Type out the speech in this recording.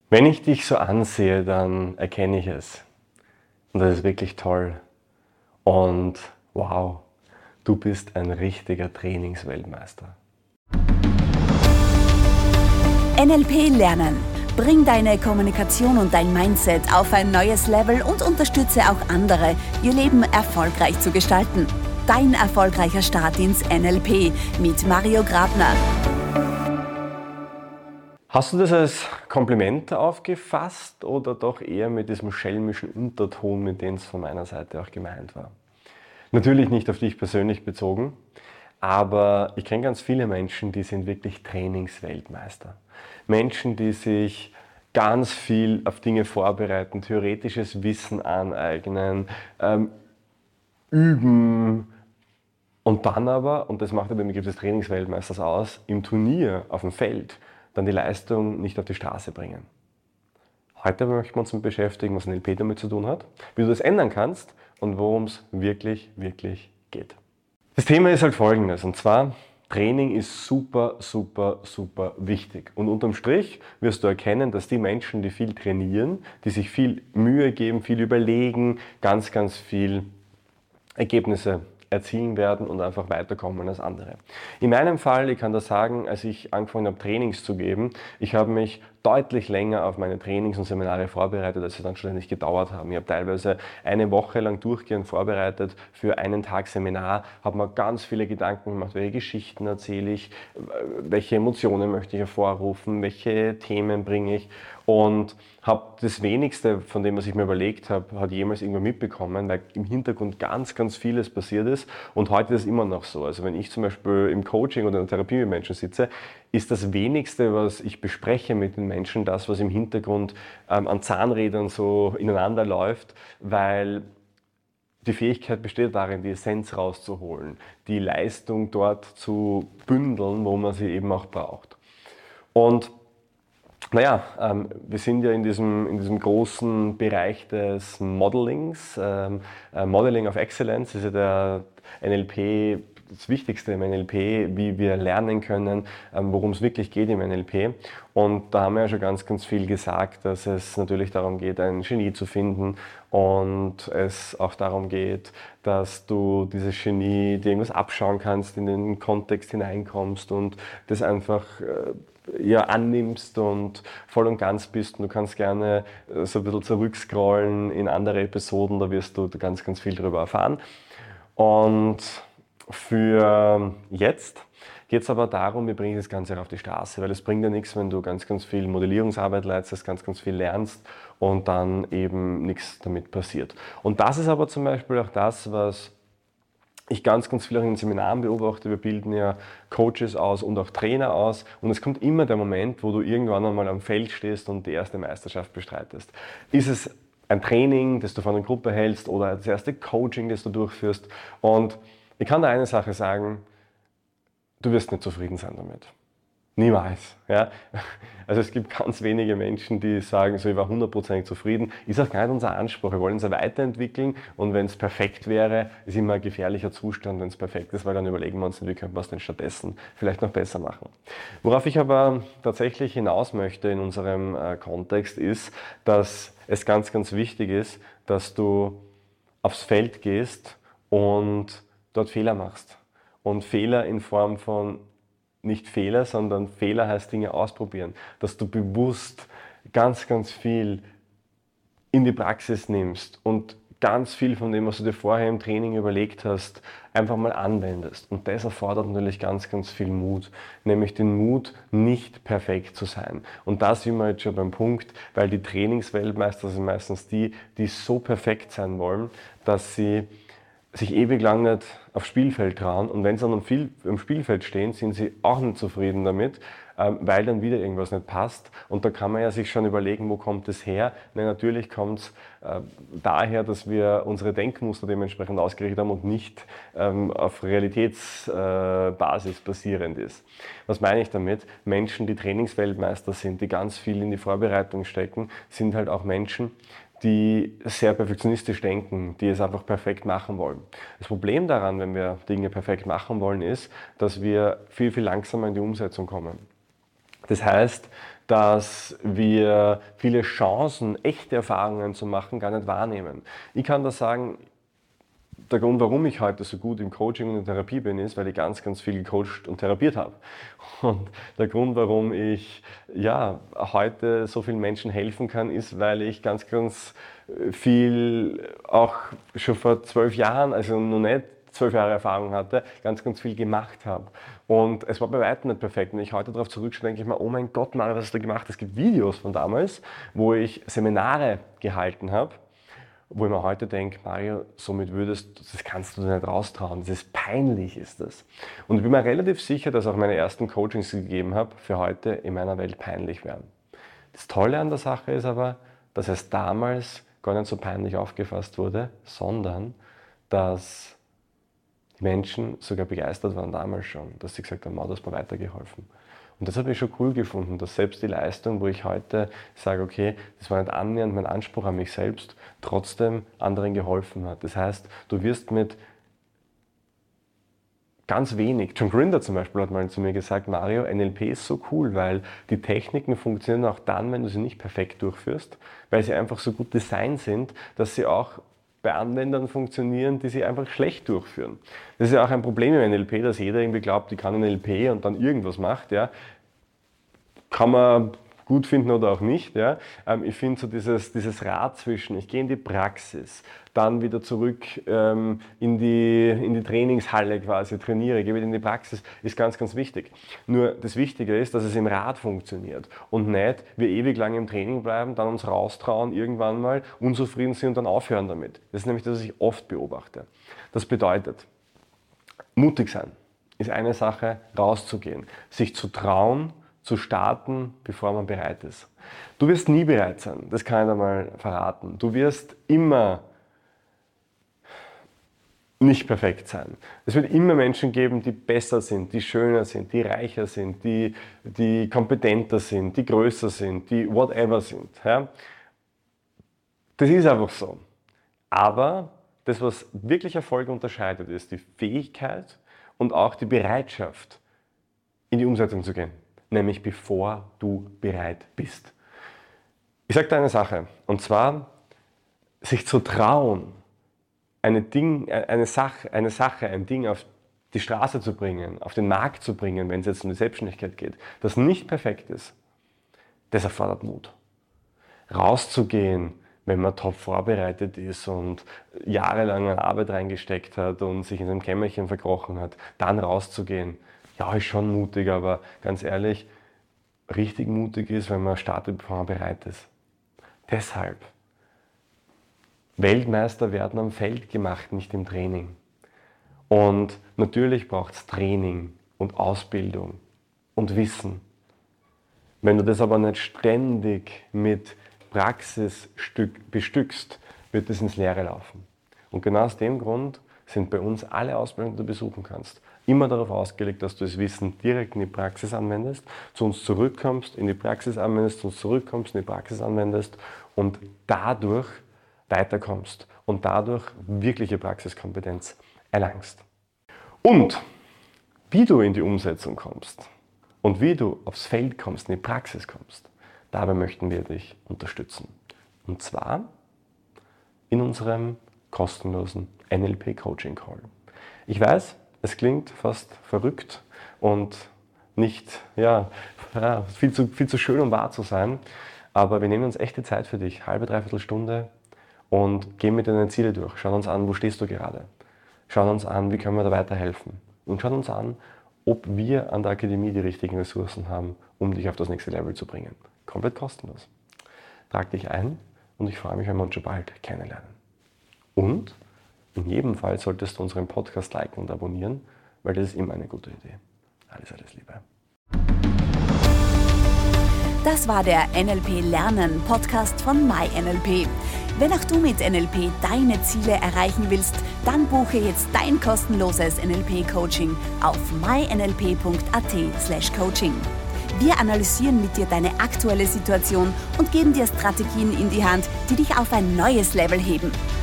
Wenn ich dich so ansehe, dann erkenne ich es. Und das ist wirklich toll. Und wow, du bist ein richtiger Trainingsweltmeister. NLP lernen. Bring deine Kommunikation und dein Mindset auf ein neues Level und unterstütze auch andere, ihr Leben erfolgreich zu gestalten. Dein erfolgreicher Start ins NLP mit Mario Grabner. Hast du das als Kompliment aufgefasst oder doch eher mit diesem schelmischen Unterton, mit dem es von meiner Seite auch gemeint war? Natürlich nicht auf dich persönlich bezogen, aber ich kenne ganz viele Menschen, die sind wirklich Trainingsweltmeister. Menschen, die sich ganz viel auf Dinge vorbereiten, theoretisches Wissen aneignen, üben und dann aber, und das macht ja den Begriff des Trainingsweltmeisters aus, im Turnier, auf dem Feld, dann die Leistung nicht auf die Straße bringen. Heute möchten wir uns damit beschäftigen, was NLP damit zu tun hat, wie du das ändern kannst und worum es wirklich geht. Das Thema ist halt folgendes, und zwar, Training ist super wichtig. Und unterm Strich wirst du erkennen, dass die Menschen, die viel trainieren, die sich viel Mühe geben, viel überlegen, ganz viel Ergebnisse erzielen werden und einfach weiterkommen als andere. In meinem Fall, ich kann das sagen, als ich angefangen habe, Trainings zu geben, ich habe mich deutlich länger auf meine Trainings und Seminare vorbereitet, als sie dann schlussendlich gedauert haben. Ich habe teilweise eine Woche lang durchgehend vorbereitet für einen Tag Seminar, habe mir ganz viele Gedanken gemacht, welche Geschichten erzähle ich, welche Emotionen möchte ich hervorrufen, welche Themen bringe ich, und habe das Wenigste von dem, was ich mir überlegt habe, hat jemals irgendwo mitbekommen, weil im Hintergrund ganz vieles passiert ist, und heute ist es immer noch so. Also wenn ich zum Beispiel im Coaching oder in der Therapie mit Menschen sitze, ist das Wenigste, was ich bespreche mit den Menschen, das, was im Hintergrund an Zahnrädern so ineinander läuft, weil die Fähigkeit besteht darin, die Essenz rauszuholen, die Leistung dort zu bündeln, wo man sie eben auch braucht. Und naja, wir sind ja in diesem großen Bereich des Modelings. Modeling of Excellence ist ja der NLP, das Wichtigste im NLP, wie wir lernen können, worum es wirklich geht im NLP. Und da haben wir ja schon ganz viel gesagt, dass es natürlich darum geht, ein Genie zu finden, und es auch darum geht, dass du dieses Genie dir irgendwas abschauen kannst, in den Kontext hineinkommst und das einfach annimmst und voll und ganz bist. Und du kannst gerne so ein bisschen zurückscrollen in andere Episoden, da wirst du ganz viel darüber erfahren. Und für jetzt geht es aber darum, wie bringe ich das Ganze auf die Straße, weil es bringt ja nichts, wenn du ganz viel Modellierungsarbeit leistest, ganz viel lernst und dann eben nichts damit passiert. Und das ist aber zum Beispiel auch das, was ich ganz viel auch in den Seminaren beobachte. Wir bilden ja Coaches aus und auch Trainer aus, und es kommt immer der Moment, wo du irgendwann einmal am Feld stehst und die erste Meisterschaft bestreitest. Ist es ein Training, das du von einer Gruppe hältst, oder das erste Coaching, das du durchführst? Und ich kann dir eine Sache sagen, du wirst nicht zufrieden sein damit. Niemals. Ja? Also es gibt ganz wenige Menschen, die sagen, so, ich war 100% zufrieden. Ist auch gar nicht unser Anspruch. Wir wollen uns ja weiterentwickeln, und wenn es perfekt wäre, ist immer ein gefährlicher Zustand, wenn es perfekt ist, weil dann überlegen wir uns, wie können wir es denn stattdessen vielleicht noch besser machen. Worauf ich aber tatsächlich hinaus möchte in unserem Kontext ist, dass es ganz wichtig ist, dass du aufs Feld gehst und dort Fehler machst. Und Fehler in Form von nicht Fehler, sondern Fehler heißt Dinge ausprobieren. Dass du bewusst ganz viel in die Praxis nimmst und ganz viel von dem, was du dir vorher im Training überlegt hast, einfach mal anwendest. Und das erfordert natürlich ganz viel Mut, nämlich den Mut, nicht perfekt zu sein. Und da sind wir jetzt schon beim Punkt, weil die Trainingsweltmeister sind meistens die so perfekt sein wollen, dass sie sich ewig lang nicht aufs Spielfeld trauen, und wenn sie dann am Spielfeld stehen, sind sie auch nicht zufrieden damit, weil dann wieder irgendwas nicht passt. Und da kann man ja sich schon überlegen, wo kommt es her? Natürlich kommt es daher, dass wir unsere Denkmuster dementsprechend ausgerichtet haben und nicht auf Realitätsbasis basierend ist. Was meine ich damit? Menschen, die Trainingsweltmeister sind, die ganz viel in die Vorbereitung stecken, sind halt auch Menschen, die sehr perfektionistisch denken, die es einfach perfekt machen wollen. Das Problem daran, wenn wir Dinge perfekt machen wollen, ist, dass wir viel langsamer in die Umsetzung kommen. Das heißt, dass wir viele Chancen, echte Erfahrungen zu machen, gar nicht wahrnehmen. Ich kann da sagen, der Grund, warum ich heute so gut im Coaching und in Therapie bin, ist, weil ich ganz, ganz viel gecoacht und therapiert habe. Und der Grund, warum ich heute so vielen Menschen helfen kann, ist, weil ich ganz, ganz viel auch schon vor 12 Jahren, also noch nicht 12 Jahre Erfahrung hatte, ganz, ganz viel gemacht habe. Und es war bei weitem nicht perfekt. Wenn ich heute darauf zurückschaue, denke ich mir, oh mein Gott, Mario, was hast du gemacht? Es gibt Videos von damals, wo ich Seminare gehalten habe, wo ich mir heute denke, Mario, somit das kannst du dir nicht raustrauen, das ist peinlich, ist das. Und ich bin mir relativ sicher, dass auch meine ersten Coachings, die ich gegeben habe, für heute in meiner Welt peinlich wären. Das Tolle an der Sache ist aber, dass es damals gar nicht so peinlich aufgefasst wurde, sondern dass die Menschen sogar begeistert waren damals schon, dass sie gesagt haben, du hast mir weitergeholfen. Und das habe ich schon cool gefunden, dass selbst die Leistung, wo ich heute sage, okay, das war nicht annähernd mein Anspruch an mich selbst, trotzdem anderen geholfen hat. Das heißt, du wirst mit ganz wenig, John Grinder zum Beispiel hat mal zu mir gesagt, Mario, NLP ist so cool, weil die Techniken funktionieren auch dann, wenn du sie nicht perfekt durchführst, weil sie einfach so gut designt sind, dass sie auch bei Anwendern funktionieren, die sie einfach schlecht durchführen. Das ist ja auch ein Problem im NLP, dass jeder irgendwie glaubt, ich kann NLP und dann irgendwas macht. Ja. Kann man gut finden oder auch nicht. Ja. Ich finde so dieses Rad zwischen, ich gehe in die Praxis, dann wieder zurück in die Trainingshalle quasi, trainiere, gehe wieder in die Praxis, ist ganz, ganz wichtig. Nur das Wichtige ist, dass es im Rad funktioniert und nicht wir ewig lang im Training bleiben, dann uns raustrauen, irgendwann mal unzufrieden sind und dann aufhören damit. Das ist nämlich das, was ich oft beobachte. Das bedeutet, mutig sein ist eine Sache, rauszugehen, sich zu trauen, zu starten, bevor man bereit ist. Du wirst nie bereit sein, das kann ich dir mal verraten. Du wirst immer nicht perfekt sein. Es wird immer Menschen geben, die besser sind, die schöner sind, die reicher sind, die kompetenter sind, die größer sind, die whatever sind. Ja? Das ist einfach so. Aber das, was wirklich Erfolg unterscheidet, ist die Fähigkeit und auch die Bereitschaft, in die Umsetzung zu gehen. Nämlich bevor du bereit bist. Ich sage dir eine Sache, und zwar sich zu trauen, ein Ding auf die Straße zu bringen, auf den Markt zu bringen, wenn es jetzt um die Selbstständigkeit geht, das nicht perfekt ist, das erfordert Mut. Rauszugehen, wenn man top vorbereitet ist und jahrelang an Arbeit reingesteckt hat und sich in einem Kämmerchen verkrochen hat, dann rauszugehen, ja, ist schon mutig, aber ganz ehrlich, richtig mutig ist, wenn man startet, bevor man bereit ist. Deshalb, Weltmeister werden am Feld gemacht, nicht im Training. Und natürlich braucht es Training und Ausbildung und Wissen. Wenn du das aber nicht ständig mit Praxis bestückst, wird es ins Leere laufen. Und genau aus dem Grund sind bei uns alle Ausbildungen, die du besuchen kannst, immer darauf ausgelegt, dass du das Wissen direkt in die Praxis anwendest, zu uns zurückkommst, in die Praxis anwendest, zu uns zurückkommst, in die Praxis anwendest und dadurch weiterkommst und dadurch wirkliche Praxiskompetenz erlangst. Und wie du in die Umsetzung kommst und wie du aufs Feld kommst, in die Praxis kommst, dabei möchten wir dich unterstützen. Und zwar in unserem kostenlosen NLP Coaching Call. Ich weiß, es klingt fast verrückt und nicht viel zu schön, um wahr zu sein, aber wir nehmen uns echt die Zeit für dich, halbe, dreiviertel Stunde und gehen mit deinen Zielen durch. Schauen uns an, wo stehst du gerade? Schauen uns an, wie können wir da weiterhelfen? Und schauen uns an, ob wir an der Akademie die richtigen Ressourcen haben, um dich auf das nächste Level zu bringen. Komplett kostenlos. Trag dich ein und ich freue mich, wenn wir uns schon bald kennenlernen. Und in jedem Fall solltest du unseren Podcast liken und abonnieren, weil das ist immer eine gute Idee. Alles, alles Liebe. Das war der NLP Lernen Podcast von MyNLP. Wenn auch du mit NLP deine Ziele erreichen willst, dann buche jetzt dein kostenloses NLP-Coaching auf mynlp.at/coaching. Wir analysieren mit dir deine aktuelle Situation und geben dir Strategien in die Hand, die dich auf ein neues Level heben.